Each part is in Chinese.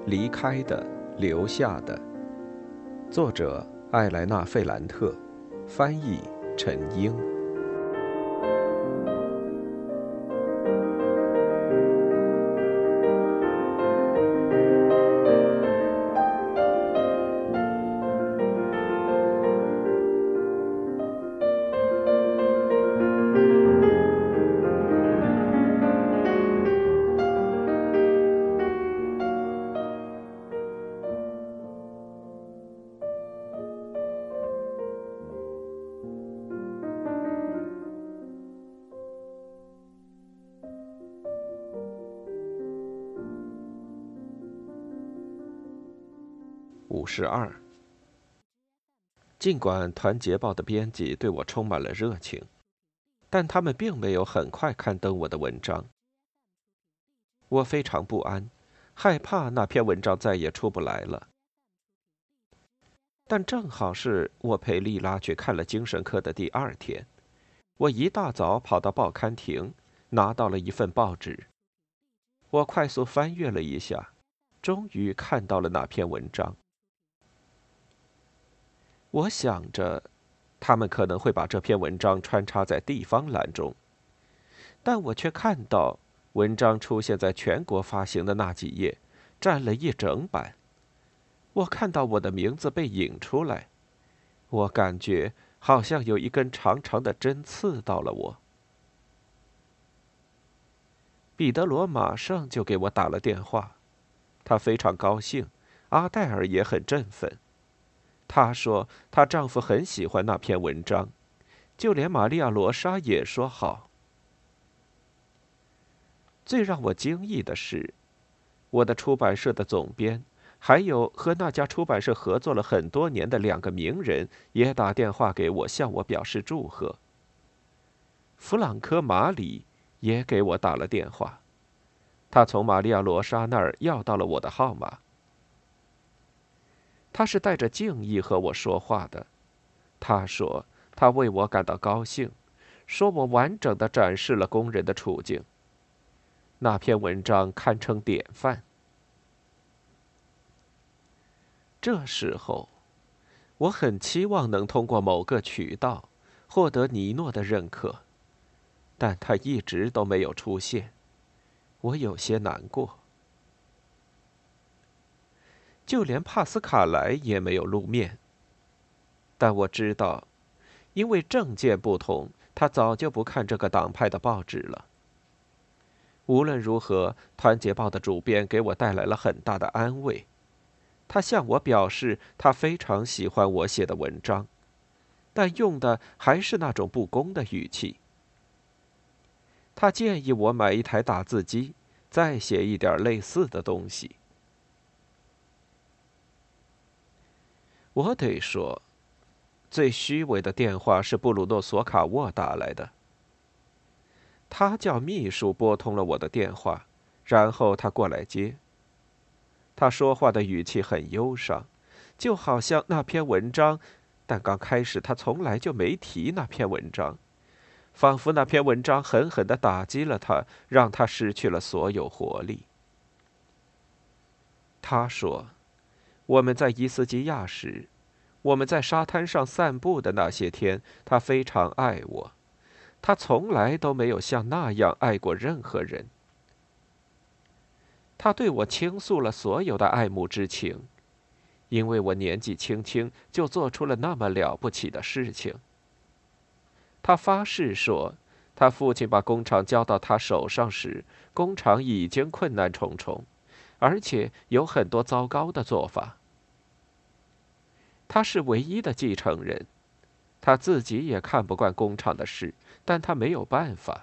离开的，留下的。作者艾莱娜·费兰特，翻译陈英。52。尽管《团结报》的编辑对我充满了热情，但他们并没有很快刊登我的文章。我非常不安，害怕那篇文章再也出不来了。但正好是我陪丽拉去看了精神科的第二天，我一大早跑到报刊亭，拿到了一份报纸。我快速翻阅了一下，终于看到了那篇文章。我想着，他们可能会把这篇文章穿插在地方栏中，但我却看到文章出现在全国发行的那几页，占了一整版。我看到我的名字被引出来，我感觉好像有一根长长的针刺到了我。彼得罗马上就给我打了电话，他非常高兴，阿黛尔也很振奋。她说她丈夫很喜欢那篇文章，就连玛利亚·罗莎也说好。最让我惊异的是，我的出版社的总编，还有和那家出版社合作了很多年的2个名人，也打电话给我，向我表示祝贺。弗朗科·马里也给我打了电话，他从玛利亚·罗莎那儿要到了我的号码。他是带着敬意和我说话的。他说他为我感到高兴，说我完整地展示了工人的处境。那篇文章堪称典范。这时候，我很期望能通过某个渠道获得尼诺的认可，但他一直都没有出现。我有些难过。就连帕斯卡莱也没有露面，但我知道，因为政见不同，他早就不看这个党派的报纸了。无论如何，《团结报》的主编给我带来了很大的安慰。他向我表示，他非常喜欢我写的文章，但用的还是那种不公的语气。他建议我买一台打字机，再写一点类似的东西。我得说，最虚伪的电话是布鲁诺·索卡沃打来的。他叫秘书拨通了我的电话，然后他过来接。他说话的语气很忧伤，就好像那篇文章，但刚开始他从来就没提那篇文章，仿佛那篇文章狠狠地打击了他，让他失去了所有活力。他说，我们在伊斯基亚时，我们在沙滩上散步的那些天，他非常爱我。他从来都没有像那样爱过任何人。他对我倾诉了所有的爱慕之情，因为我年纪轻轻就做出了那么了不起的事情。他发誓说，他父亲把工厂交到他手上时，工厂已经困难重重，而且有很多糟糕的做法。他是唯一的继承人，他自己也看不惯工厂的事，但他没有办法。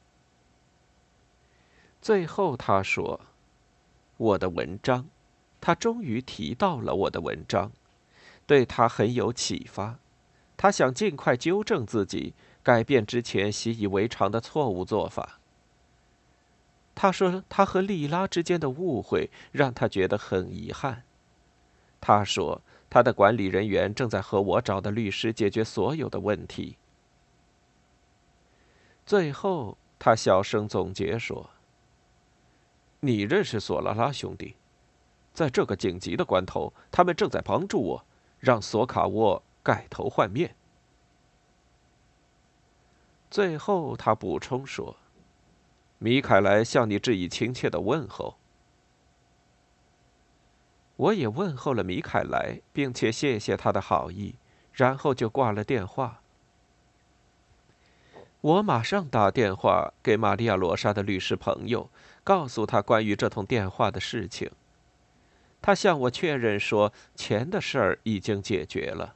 最后他说，我的文章，他终于提到了我的文章，对他很有启发。他想尽快纠正自己，改变之前习以为常的错误做法。他说他和莉拉之间的误会让他觉得很遗憾。他说他的管理人员正在和我找的律师解决所有的问题。最后他小声总结说，你认识索拉拉兄弟， 在这个紧急的关头，他们正在帮助我，让索卡沃改头换面。最后，他补充说：“米凯莱向你致以亲切的问候。”我也问候了米凯莱，并且谢谢他的好意，然后就挂了电话。我马上打电话给玛利亚·罗莎的律师朋友，告诉他关于这通电话的事情。他向我确认说，钱的事儿已经解决了。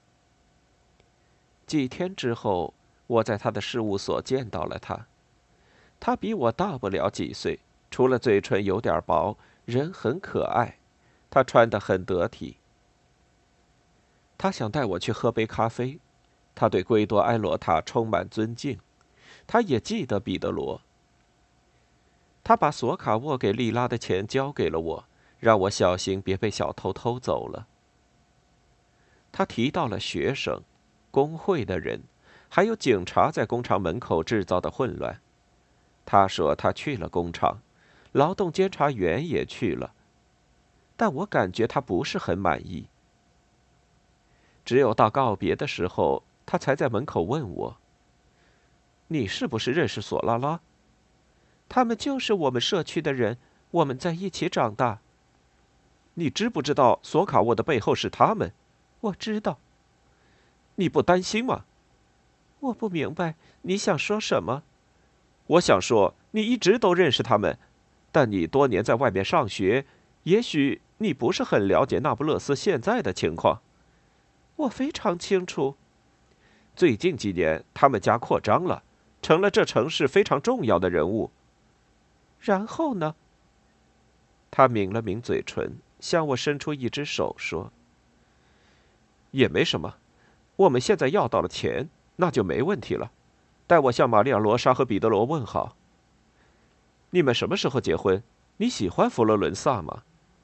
几天之后，我在他的事务所见到了他。他比我大不了几岁，除了嘴唇有点薄，人很可爱。他穿得很得体。他想带我去喝杯咖啡。他对圭多·埃罗塔充满尊敬。他也记得彼得罗。他把索卡沃给莉拉的钱交给了我，让我小心别被小偷偷走了。他提到了学生、工会的人，还有警察在工厂门口制造的混乱。他说他去了工厂，劳动监察员也去了，但我感觉他不是很满意。只有到告别的时候，他才在门口问我：“你是不是认识索拉拉？”“他们就是我们社区的人，我们在一起长大。”“你知不知道索卡沃的背后是他们？”“我知道。”“你不担心吗？”“我不明白你想说什么。”“我想说，你一直都认识他们，但你多年在外面上学，也许你不是很了解那不勒斯现在的情况。”“我非常清楚。”“最近几年，他们家扩张了，成了这城市非常重要的人物。”“然后呢？”他抿了抿嘴唇，向我伸出一只手说：“也没什么，我们现在要到了钱，那就没问题了。代我向玛利亚·罗莎和彼得罗问好。你们什么时候结婚？你喜欢佛罗伦萨吗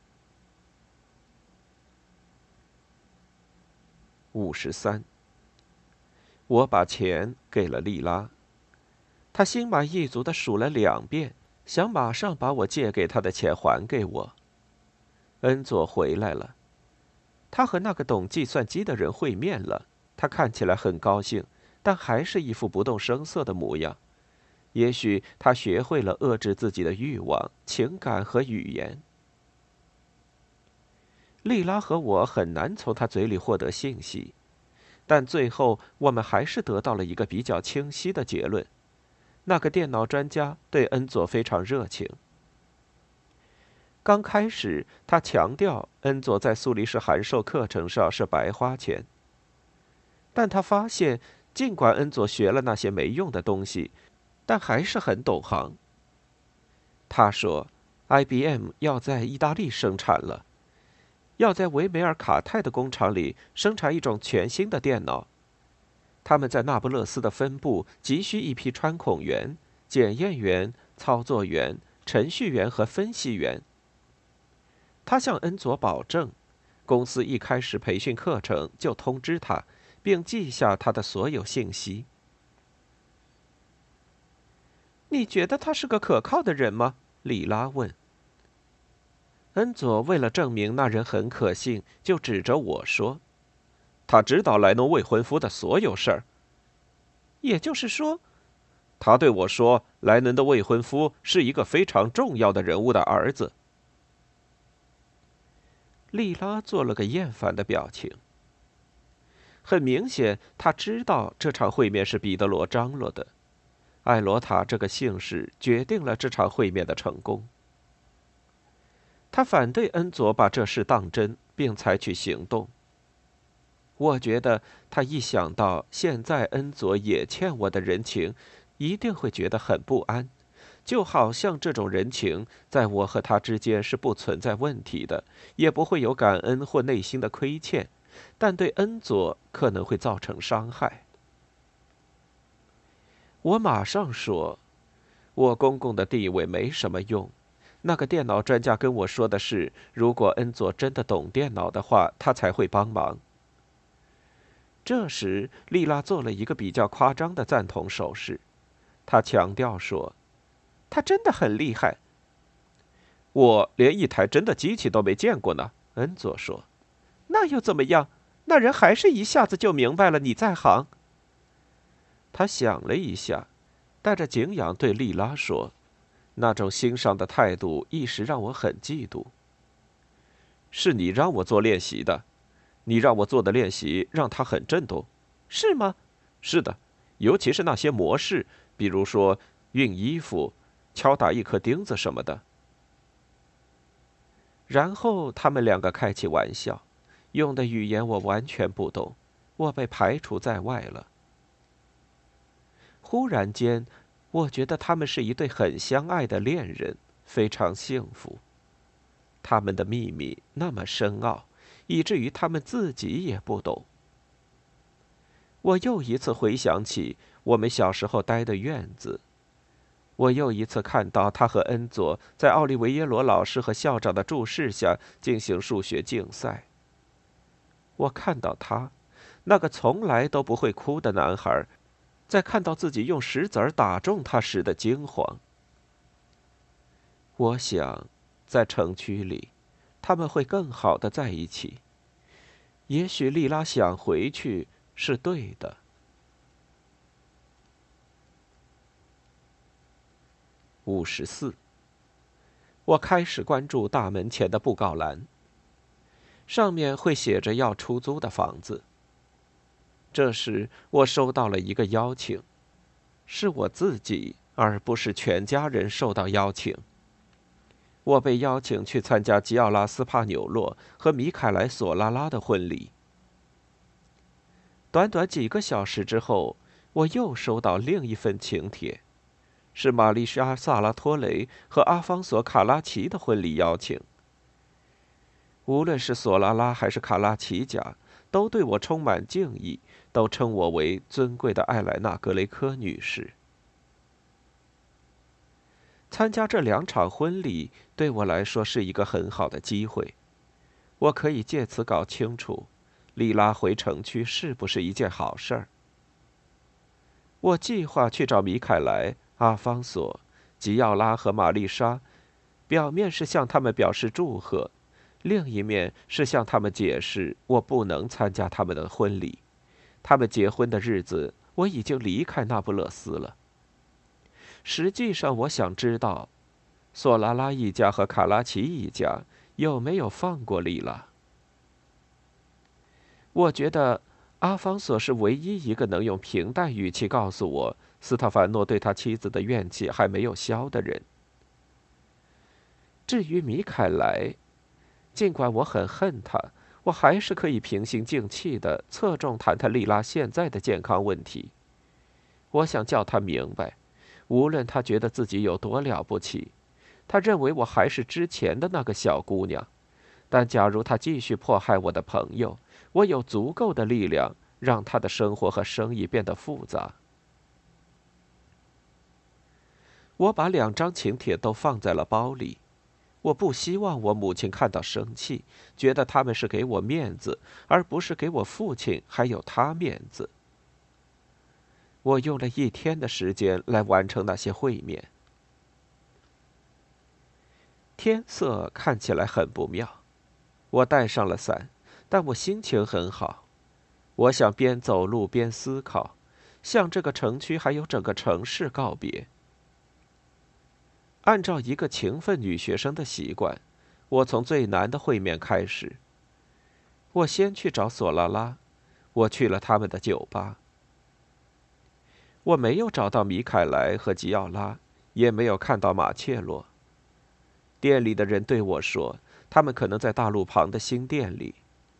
？”53。我把钱给了莉拉，她心满意足地数了2遍，想马上把我借给她的钱还给我。恩佐回来了，他和那个懂计算机的人会面了。他看起来很高兴，但还是一副不动声色的模样。也许他学会了遏制自己的欲望、情感和语言。莉拉和我很难从他嘴里获得信息，但最后我们还是得到了一个比较清晰的结论：那个电脑专家对恩佐非常热情。刚开始，他强调恩佐在苏黎世函授课程上是白花钱，但他发现，尽管恩佐学了那些没用的东西，但还是很懂行。他说 ，IBM 要在意大利生产了，要在维梅尔卡泰的工厂里生产一种全新的电脑。他们在那不勒斯的分部急需一批穿孔员、检验员、操作员、程序员和分析员。他向恩佐保证，公司一开始培训课程就通知他，并记下他的所有信息。你觉得他是个可靠的人吗？里拉问。恩佐为了证明那人很可信，就指着我说：“他知道莱农未婚夫的所有事儿。”也就是说，他对我说，莱农的未婚夫是一个非常重要的人物的儿子。莉拉做了个厌烦的表情。很明显，他知道这场会面是彼得罗张罗的。艾罗塔这个姓氏决定了这场会面的成功。他反对恩佐把这事当真，并采取行动。我觉得他一想到现在恩佐也欠我的人情，一定会觉得很不安，就好像这种人情在我和他之间是不存在问题的，也不会有感恩或内心的亏欠，但对恩佐可能会造成伤害。我马上说，我公公的地位没什么用。那个电脑专家跟我说的是，如果恩佐真的懂电脑的话，他才会帮忙。这时，莉拉做了一个比较夸张的赞同手势。她强调说：“他真的很厉害。” 我连一台真的机器都没见过呢。恩佐说。那又怎么样？那人还是一下子就明白了你在行。他想了一下，带着敬仰对莉拉说，那种欣赏的态度一时让我很嫉妒。是你让我做练习的，你让我做的练习让他很震动，是吗？是的，尤其是那些模式，比如说熨衣服、敲打一颗钉子什么的。然后他们两个开起玩笑，用的语言我完全不懂，我被排除在外了。忽然间，我觉得他们是一对很相爱的恋人，非常幸福。他们的秘密那么深奥，以至于他们自己也不懂。我又一次回想起我们小时候待的院子，我又一次看到他和恩佐在奥利维耶罗老师和校长的注视下进行数学竞赛。我看到他，那个从来都不会哭的男孩，在看到自己用石子儿打中他时的惊慌。我想，在城区里，他们会更好的在一起。也许莉拉想回去是对的。54，我开始关注大门前的布告栏，上面会写着要出租的房子。这时，我收到了一个邀请，是我自己，而不是全家人受到邀请。我被邀请去参加吉奥拉斯帕纽洛和米凯莱索拉拉的婚礼。短短几个小时之后，我又收到另一份请帖，是玛丽莎·萨拉托雷和阿方索·卡拉奇的婚礼邀请。无论是索拉拉还是卡拉奇家，都对我充满敬意，都称我为尊贵的艾莱娜·格雷科女士。参加这2场婚礼对我来说是一个很好的机会，我可以借此搞清楚，莉拉回城区是不是一件好事儿。我计划去找米凯莱、阿方索、吉奥拉和玛丽莎，表面是向他们表示祝贺，另一面是向他们解释我不能参加他们的婚礼。他们结婚的日子，我已经离开那不勒斯了。实际上，我想知道，索拉拉一家和卡拉奇一家有没有放过莉拉。我觉得阿方索是唯一一个能用平淡语气告诉我斯特凡诺对他妻子的怨气还没有消的人。至于米凯莱，尽管我很恨他，我还是可以平心静气地侧重谈谈莉拉现在的健康问题。我想叫他明白，无论他觉得自己有多了不起，他认为我还是之前的那个小姑娘，但假如他继续迫害我的朋友，我有足够的力量让他的生活和生意变得复杂。我把2张请帖都放在了包里，我不希望我母亲看到生气，觉得他们是给我面子，而不是给我父亲还有他面子。我用了1天的时间来完成那些会面。天色看起来很不妙，我带上了伞，但我心情很好。我想边走路边思考，向这个城区还有整个城市告别。按照一个勤奋女学生的习惯，我从最难的会面开始。我先去找索拉拉，我去了他们的酒吧。我没有找到米凯莱和吉奥拉，也没有看到马切洛。店里的人对我说，他们可能在大路旁的新店里。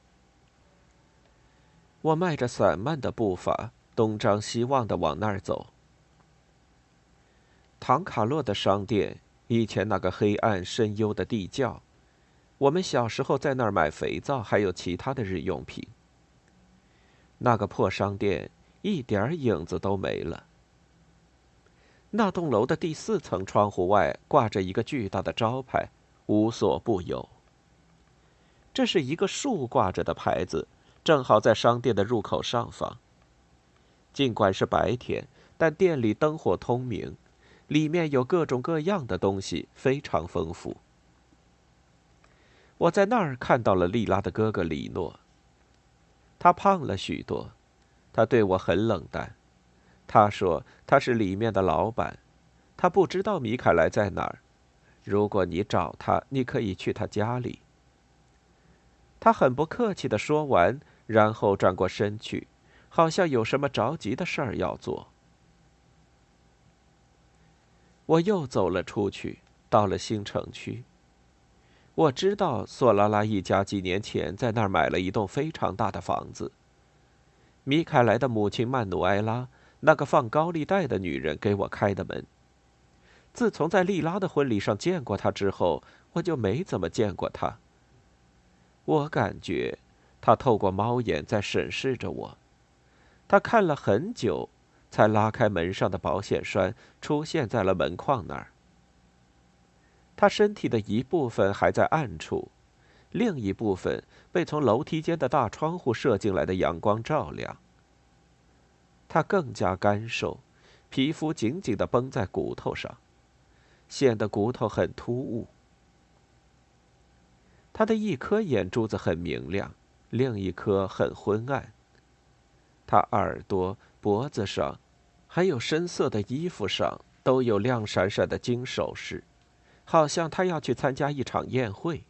我迈着散漫的步伐，东张西望地往那儿走。唐卡洛的商店，以前那个黑暗深幽的地窖，我们小时候在那儿买肥皂，还有其他的日用品。那个破商店一点影子都没了。那栋楼的第4层窗户外挂着一个巨大的招牌，无所不有。这是一个竖挂着的牌子，正好在商店的入口上方。尽管是白天，但店里灯火通明，里面有各种各样的东西，非常丰富。 我在那儿看到了莉拉的哥哥里诺。他胖了许多，他对我很冷淡。他说他是里面的老板，他不知道米凯莱在哪儿。如果你找他，你可以去他家里。他很不客气地说完，然后转过身去，好像有什么着急的事儿要做。我又走了出去，到了新城区。我知道索拉拉一家几年前在那儿买了一栋非常大的房子。米凯莱的母亲曼努埃拉，那个放高利贷的女人，给我开的门。自从在莉拉的婚礼上见过她之后，我就没怎么见过她。我感觉她透过猫眼在审视着我。她看了很久，才拉开门上的保险栓，出现在了门框那儿。她身体的一部分还在暗处，另一部分被从楼梯间的大窗户射进来的阳光照亮。她更加干瘦，皮肤紧紧地绷在骨头上，显得骨头很突兀。她的一颗眼珠子很明亮，另一颗很昏暗。她耳朵、脖子上，还有深色的衣服上，都有亮闪闪的金首饰，好像她要去参加一场宴会。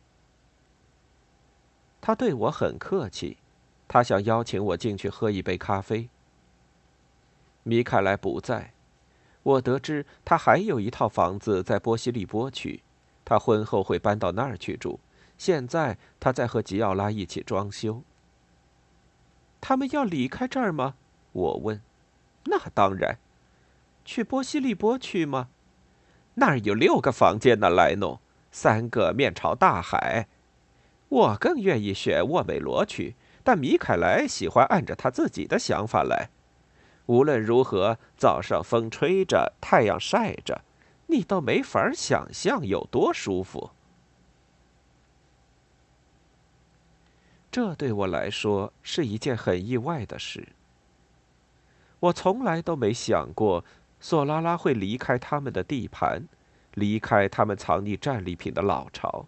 她对我很客气，她想邀请我进去喝一杯咖啡。米凯莱不在，我得知他还有一套房子在波西利波区，他婚后会搬到那儿去住。现在他在和吉奥拉一起装修。他们要离开这儿吗？我问。那当然。去波西利波区吗？那儿有6个房间呢，莱诺，3个面朝大海。我更愿意选沃美罗区，但米凯莱喜欢按着他自己的想法来。无论如何，早上风吹着，太阳晒着，你都没法想象有多舒服。这对我来说是一件很意外的事。我从来都没想过索拉拉会离开他们的地盘，离开他们藏匿战利品的老巢。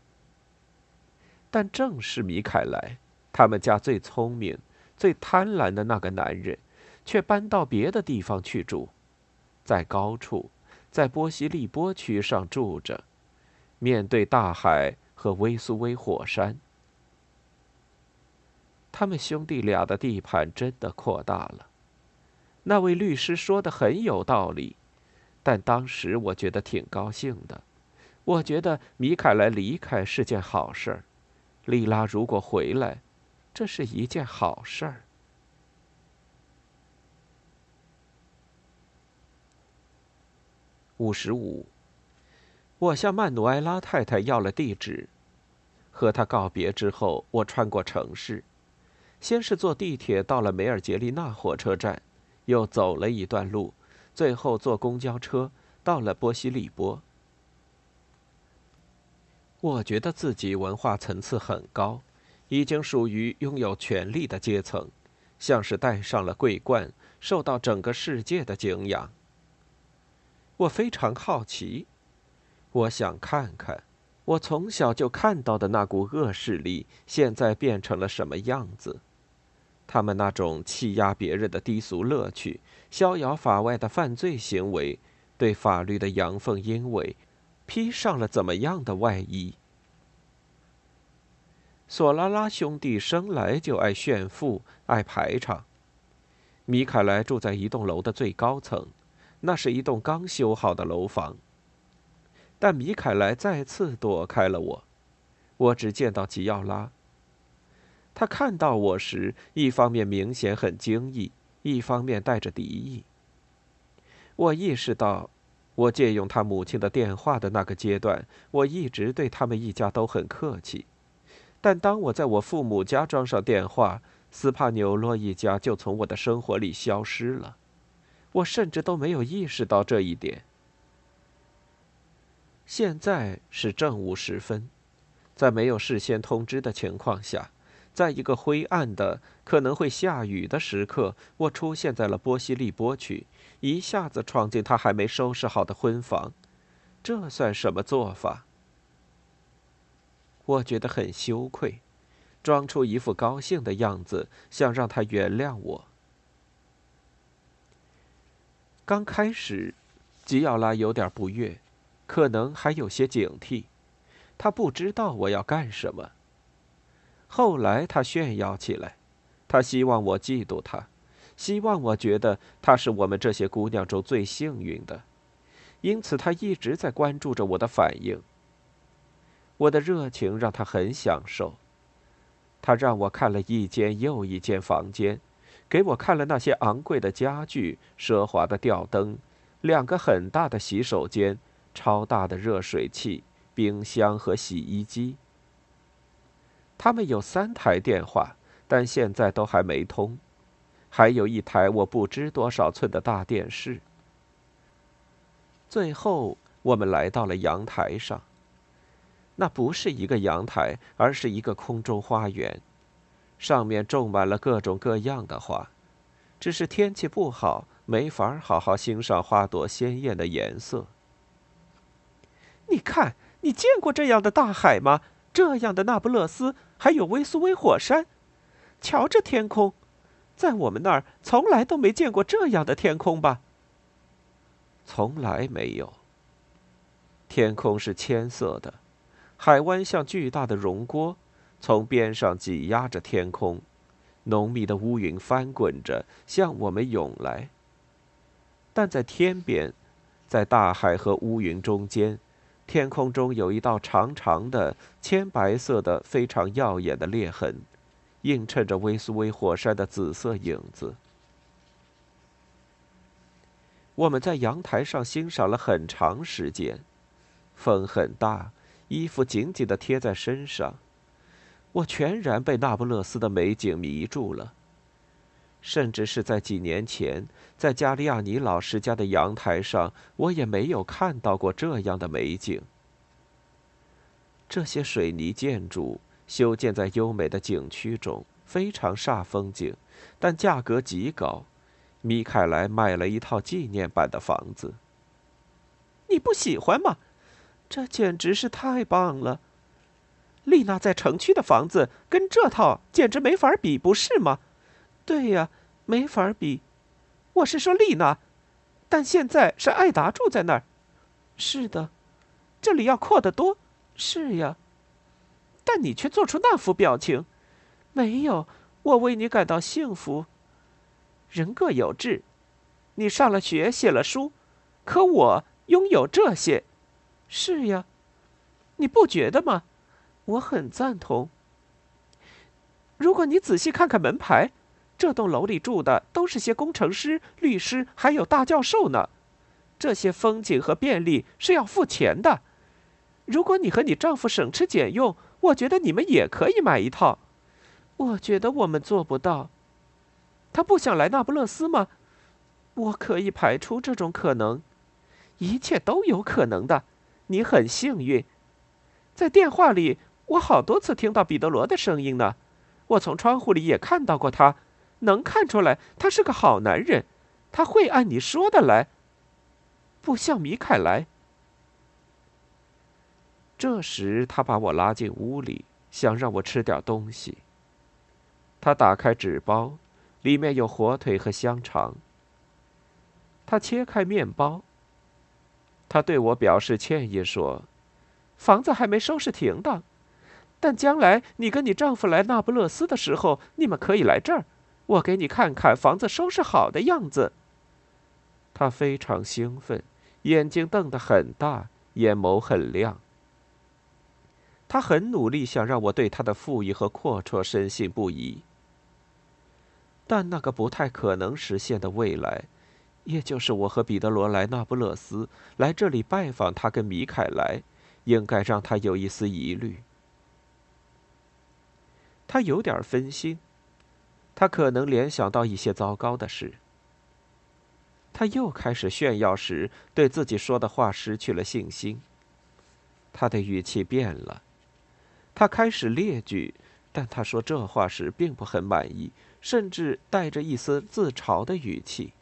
但正是米凯莱，他们家最聪明、最贪婪的那个男人，却搬到别的地方去住，在高处，在波西利波区上住着，面对大海和威苏威火山。他们兄弟俩的地盘真的扩大了。那位律师说的很有道理，但当时我觉得挺高兴的。我觉得米凯莱离开是件好事儿，莉拉如果回来，这是一件好事儿。55，我向曼努埃拉太太要了地址。和她告别之后，我穿过城市，先是坐地铁到了梅尔杰利纳火车站，又走了一段路，最后坐公交车到了波西利波。我觉得自己文化层次很高，已经属于拥有权力的阶层，像是戴上了桂冠，受到整个世界的敬仰。我非常好奇，我想看看，我从小就看到的那股恶势力，现在变成了什么样子？他们那种欺压别人的低俗乐趣，逍遥法外的犯罪行为，对法律的阳奉阴违，披上了怎么样的外衣？索拉拉兄弟生来就爱炫富，爱排场。米凯莱住在一栋楼的最高层，那是一栋刚修好的楼房。但米凯莱再次躲开了我，我只见到吉奥拉。他看到我时，一方面明显很惊异，一方面带着敌意。我意识到，我借用他母亲的电话的那个阶段，我一直对他们一家都很客气。但当我在我父母家装上电话，斯帕纽洛一家就从我的生活里消失了。我甚至都没有意识到这一点。现在是正午时分，在没有事先通知的情况下，在一个灰暗的、可能会下雨的时刻，我出现在了波西利波区，一下子闯进他还没收拾好的婚房。这算什么做法？ 我觉得很羞愧，装出一副高兴的样子，想让他原谅我。刚开始，吉奥拉有点不悦，可能还有些警惕，他不知道我要干什么。后来他炫耀起来，他希望我嫉妒他，希望我觉得她是我们这些姑娘中最幸运的，因此他一直在关注着我的反应。我的热情让他很享受，他让我看了一间又一间房间，给我看了那些昂贵的家具、奢华的吊灯、2个很大的洗手间、超大的热水器、冰箱和洗衣机。他们有3台电话，但现在都还没通，还有1台我不知多少寸的大电视。最后，我们来到了阳台上。那不是一个阳台，而是一个空中花园，上面种满了各种各样的花，只是天气不好，没法好好欣赏花朵鲜艳的颜色。你看，你见过这样的大海吗？这样的那不勒斯，还有威苏威火山。瞧这天空，在我们那儿从来都没见过这样的天空吧？从来没有。天空是铅色的，海湾像巨大的容锅，从边上挤压着天空，浓密的乌云翻滚着向我们涌来。但在天边，在大海和乌云中间，天空中有一道长长的铅白色的非常耀眼的裂痕，映衬着威苏威火山的紫色影子。我们在阳台上欣赏了很长时间，风很大，衣服紧紧地贴在身上，我全然被那不勒斯的美景迷住了。甚至是在几年前，在加利亚尼老师家的阳台上，我也没有看到过这样的美景。这些水泥建筑修建在优美的景区中，非常煞风景，但价格极高。米凯莱买了一套纪念版的房子。你不喜欢吗？这简直是太棒了！丽娜在城区的房子跟这套简直没法比，不是吗？对呀，没法比。我是说丽娜，但现在是艾达住在那儿。是的，这里要阔得多。是呀，但你却做出那副表情。没有，我为你感到幸福。人各有志，你上了学，写了书，可我拥有这些。是呀，你不觉得吗？我很赞同。如果你仔细看看门牌，这栋楼里住的都是些工程师、律师，还有大教授呢。这些风景和便利是要付钱的。如果你和你丈夫省吃俭用，我觉得你们也可以买一套。我觉得我们做不到。他不想来那不勒斯吗？我可以排除这种可能。一切都有可能的。你很幸运。在电话里，我好多次听到彼得罗的声音呢。我从窗户里也看到过他，能看出来他是个好男人，他会按你说的来，不像米凯莱。这时他把我拉进屋里，想让我吃点东西。他打开纸包，里面有火腿和香肠。他切开面包。他对我表示歉意说：“房子还没收拾停当，但将来你跟你丈夫来那不勒斯的时候，你们可以来这儿，我给你看看房子收拾好的样子。”他非常兴奋，眼睛瞪得很大，眼眸很亮。他很努力想让我对他的富裕和阔绰深信不疑。但那个不太可能实现的未来，也就是我和彼得罗来那不勒斯，来这里拜访他跟米凯莱，应该让他有一丝疑虑。他有点分心，他可能联想到一些糟糕的事。他又开始炫耀时，对自己说的话失去了信心。他的语气变了，他开始列举，但他说这话时并不很满意，甚至带着一丝自嘲的语气。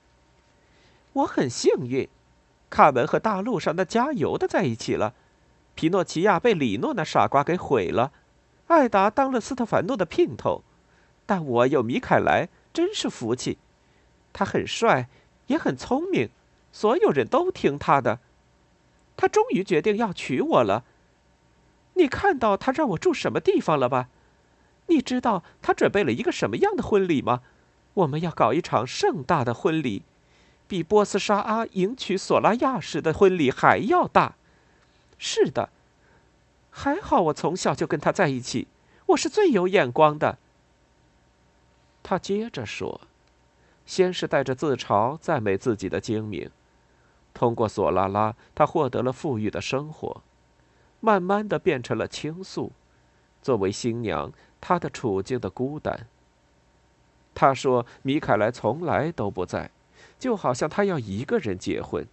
我很幸运，卡门和大陆上的加油的在一起了， 皮诺奇亚被里诺那傻瓜给毁了，艾达当了斯特凡诺的姘头，但我有米凯莱，真是福气。他很帅，也很聪明，所有人都听他的。他终于决定要娶我了。你看到他让我住什么地方了吧？你知道他准备了一个什么样的婚礼吗？我们要搞一场盛大的婚礼，比波斯沙阿迎娶索拉亚时的婚礼还要大。是的，还好我从小就跟他在一起，我是最有眼光的。他接着说，先是带着自嘲赞美自己的精明。通过索拉拉，他获得了富裕的生活，慢慢的变成了倾诉。作为新娘，她的处境的孤单。他说米凯莱从来都不在，就好像他要一个人结婚。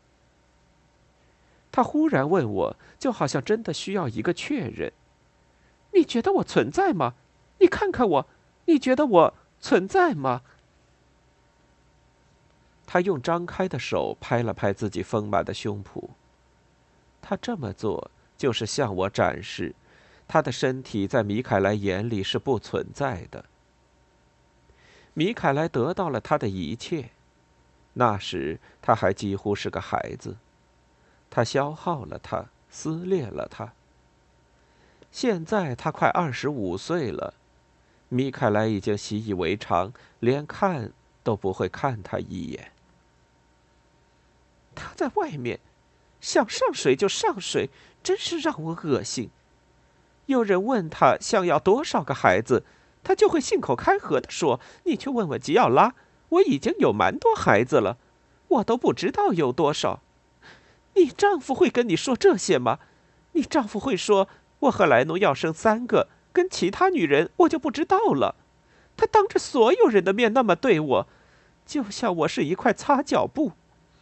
他忽然问我，就好像真的需要一个确认：你觉得我存在吗？你看看我，你觉得我存在吗？他用张开的手拍了拍自己丰满的胸脯。他这么做就是向我展示，他的身体在米凯莱眼里是不存在的。米凯莱得到了他的一切，那时他还几乎是个孩子。他消耗了他，撕裂了他。现在他快25岁了，米凯莱已经习以为常，连看都不会看他一眼。他在外面，想上水就上水，真是让我恶心。有人问他想要多少个孩子，他就会信口开河地说：“你去问问吉奥拉，我已经有蛮多孩子了，我都不知道有多少。”你丈夫会跟你说这些吗？你丈夫会说：“我和莱农要生3个，跟其他女人我就不知道了。”他当着所有人的面那么对我，就像我是一块擦脚布。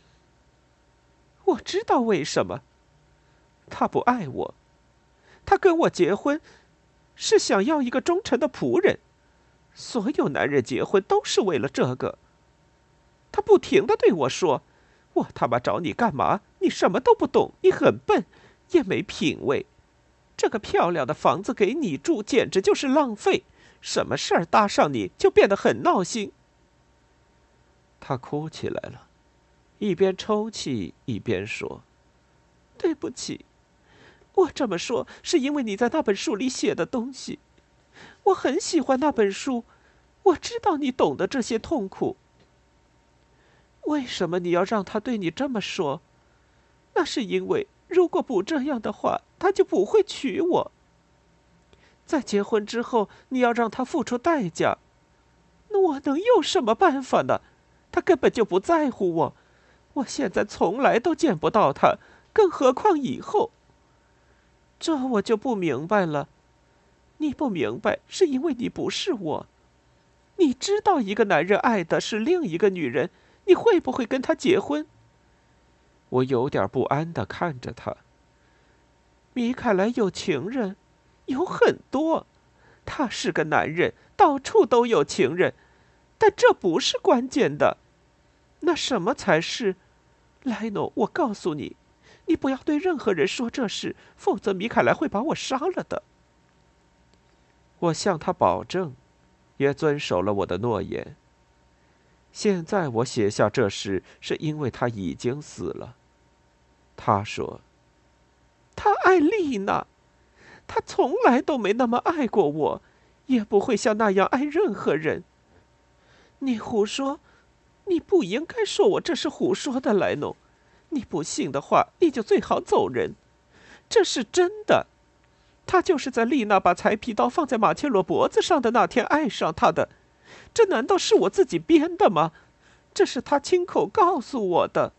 我知道为什么。他不爱我，他跟我结婚，是想要一个忠诚的仆人。所有男人结婚都是为了这个。他不停地对我说：“我他妈找你干嘛？你什么都不懂，你很笨，也没品味。这个漂亮的房子给你住，简直就是浪费。什么事儿搭上你就变得很闹心。”他哭起来了，一边抽泣一边说：“对不起，我这么说是因为你在那本书里写的东西。我很喜欢那本书，我知道你懂得这些痛苦。为什么你要让他对你这么说？那是因为如果不这样的话，他就不会娶我。在结婚之后，你要让他付出代价。那我能有什么办法呢？他根本就不在乎我。我现在从来都见不到他，更何况以后。这我就不明白了。你不明白，是因为你不是我。你知道一个男人爱的是另一个女人，你会不会跟他结婚？我有点不安地看着他。米凯莱有情人，有很多。他是个男人，到处都有情人，但这不是关键的。那什么才是？莱诺，我告诉你，你不要对任何人说这事，否则米凯莱会把我杀了的。我向他保证，也遵守了我的诺言。现在我写下这事，是因为他已经死了。他说：“他爱丽娜，他从来都没那么爱过我，也不会像那样爱任何人。”你胡说！你不应该说我这是胡说的，莱农。你不信的话，你就最好走人。这是真的。他就是在丽娜把裁皮刀放在马切罗脖子上的那天爱上他的。这难道是我自己编的吗？这是他亲口告诉我的。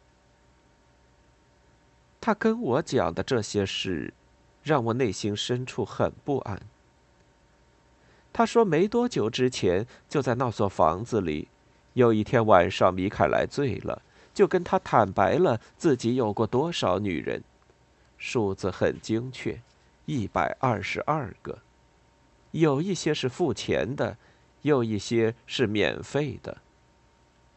他跟我讲的这些事，让我内心深处很不安。他说没多久之前，就在那所房子里，有一天晚上米凯莱醉了，就跟他坦白了自己有过多少女人，数字很精确，122个，有一些是付钱的，有一些是免费的。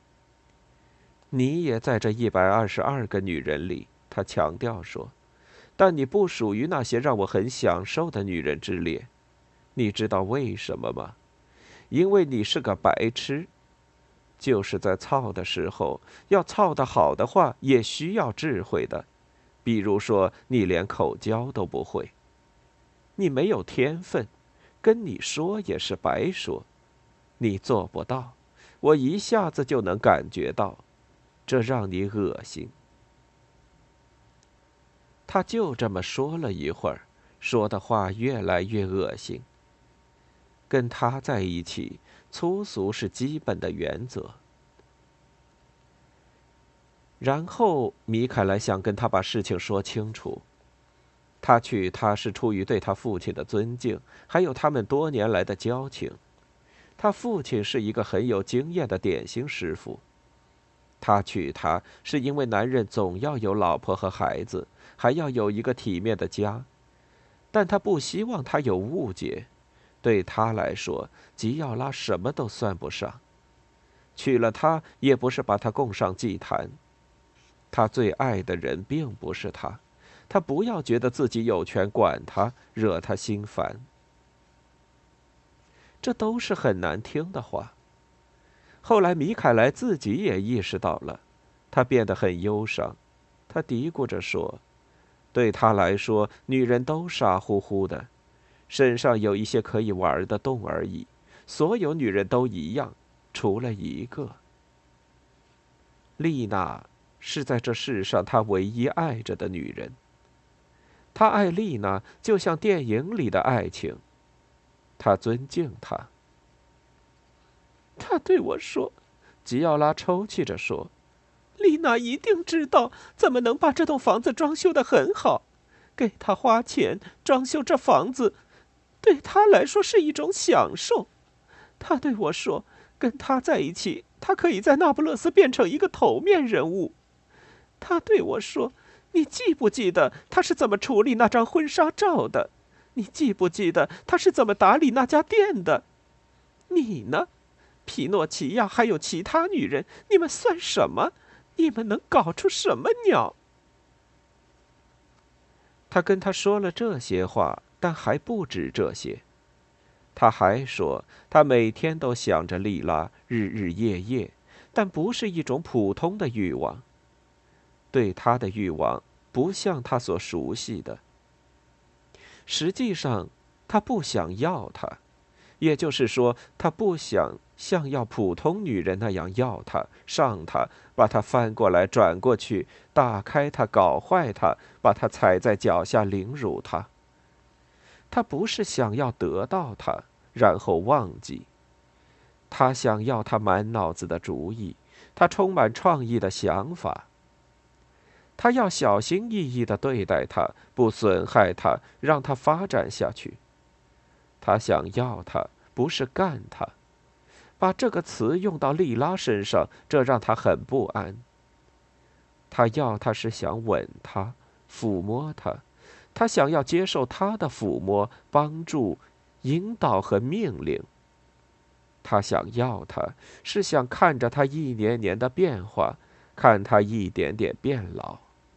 你也在这122个女人里，他强调说， 但你不属于那些让我很享受的女人之列。你知道为什么吗？因为你是个白痴。就是在操的时候，要操得好的话，也需要智慧的。比如说，你连口交都不会，你没有天分，跟你说也是白说。你做不到，我一下子就能感觉到，这让你恶心。他就这么说了一会儿，说的话越来越恶心。跟他在一起，粗俗是基本的原则。然后米凯莱想跟他把事情说清楚。他娶她是出于对他父亲的尊敬，还有他们多年来的交情。他父亲是一个很有经验的典型师傅。他娶她是因为男人总要有老婆和孩子，还要有一个体面的家。但他不希望她有误解。对他来说，吉奥拉什么都算不上。娶了她，也不是把她供上祭坛。他最爱的人并不是她，他不要觉得自己有权管她，惹她心烦。这都是很难听的话。后来米凯莱自己也意识到了，他变得很忧伤。他嘀咕着说，对他来说，女人都傻乎乎的，身上有一些可以玩的洞而已，所有女人都一样，除了一个。丽娜是在这世上他唯一爱着的女人。他爱丽娜就像电影里的爱情，他尊敬她。 他对我说，吉奥拉抽泣着说，丽娜一定知道怎么能把这栋房子装修得很好。给她花钱装修这房子，对她来说是一种享受。他对我说，跟她在一起，她可以在那不勒斯变成一个头面人物。他对我说，你记不记得他是怎么处理那张婚纱照的？你记不记得他是怎么打理那家店的？你呢？皮诺奇亚还有其他女人，你们算什么？你们能搞出什么鸟？ 他跟他说了这些话，但还不止这些。他还说，他每天都想着莉拉，日日夜夜，但不是一种普通的欲望。对他的欲望不像他所熟悉的。实际上，他不想要她，也就是说，他不想像要普通女人那样要她、上她，把她翻过来转过去，打开她、搞坏她，把她踩在脚下凌辱她。他不是想要得到她，然后忘记。他想要她满脑子的主意，她充满创意的想法。他要小心翼翼地对待她，不损害她，让她发展下去。他想要她，不是干她。把这个词用到莉拉身上，这让他很不安。他要她是想吻她，抚摸她，他想要接受她的抚摸、帮助、引导和命令。他想要她，是想看着她一年年的变化，看她一点点变老。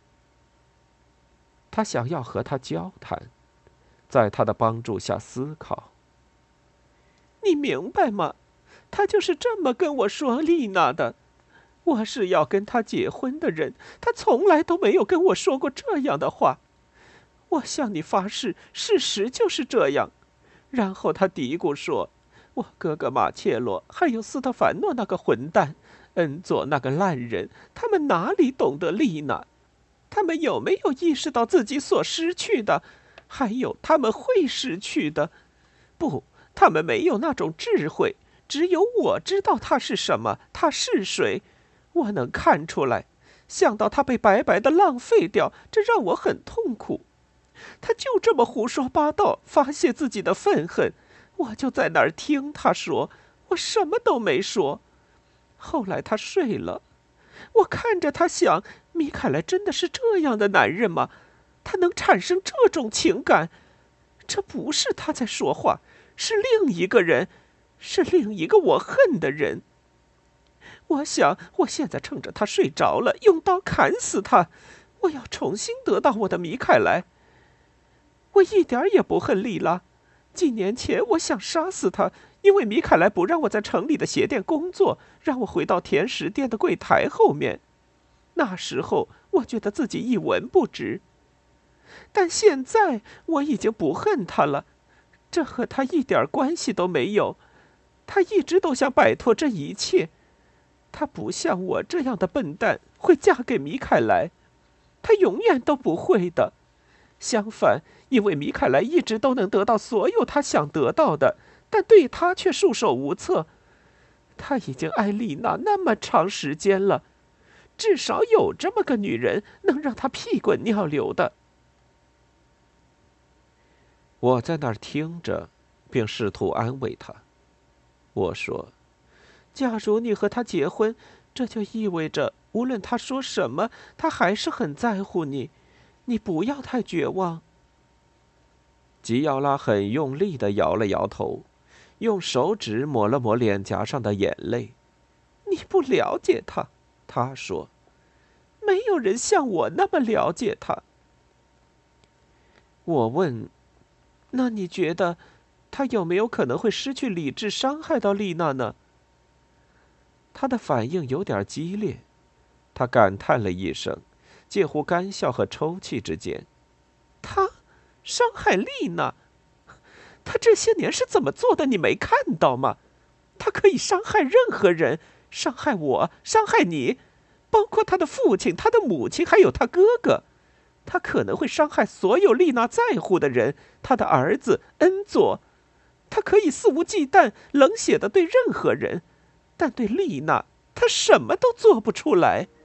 他想要和她交谈，在她的帮助下思考。 你明白吗？他就是这么跟我说丽娜的。我是要跟他结婚的人，他从来都没有跟我说过这样的话。我向你发誓，事实就是这样。然后他嘀咕说，我哥哥马切罗还有斯特凡诺那个混蛋，恩佐那个烂人，他们哪里懂得丽娜？他们有没有意识到自己所失去的，还有他们会失去的？不，他们没有那种智慧。只有我知道他是什么，他是谁，我能看出来。想到他被白白的浪费掉，这让我很痛苦。他就这么胡说八道，发泄自己的愤恨，我就在那儿听他说，我什么都没说。后来他睡了，我看着他想，米凯莱真的是这样的男人吗？他能产生这种情感？这不是他在说话，是另一个人。是另一个我恨的人。我想，我现在趁着他睡着了，用刀砍死他。我要重新得到我的米凯莱。 我一点也不恨丽拉。几年前我想杀死她，因为米凯莱不让我在城里的鞋店工作，让我回到甜食店的柜台后面。那时候我觉得自己一文不值。但现在我已经不恨他了，这和他一点关系都没有。他一直都想摆脱这一切。他不像我这样的笨蛋会嫁给米凯莱，他永远都不会的。相反，因为米凯莱一直都能得到所有他想得到的，但对他却束手无策。他已经爱丽娜那么长时间了，至少有这么个女人能让他屁滚尿流的。 我在那儿听着，并试图安慰他。我说：“ 假如你和他结婚，这就意味着无论他说什么，他还是很在乎你。你不要太绝望。” 吉奥拉很用力地摇了摇头，用手指抹了抹脸颊上的眼泪。 “你不了解他。”他说，“没有人像我那么了解他。”我问：“那你觉得他有没有可能会失去理智，伤害到丽娜呢？” 他的反应有点激烈，他感叹了一声，介乎干笑和抽泣之间。 “他伤害丽娜？他这些年是怎么做的？你没看到吗？他可以伤害任何人，伤害我，伤害你，包括他的父亲、他的母亲，还有他哥哥。他可能会伤害所有丽娜在乎的人，他的儿子恩佐。他可以肆无忌惮、冷血地对任何人，但对丽娜，他什么都做不出来。”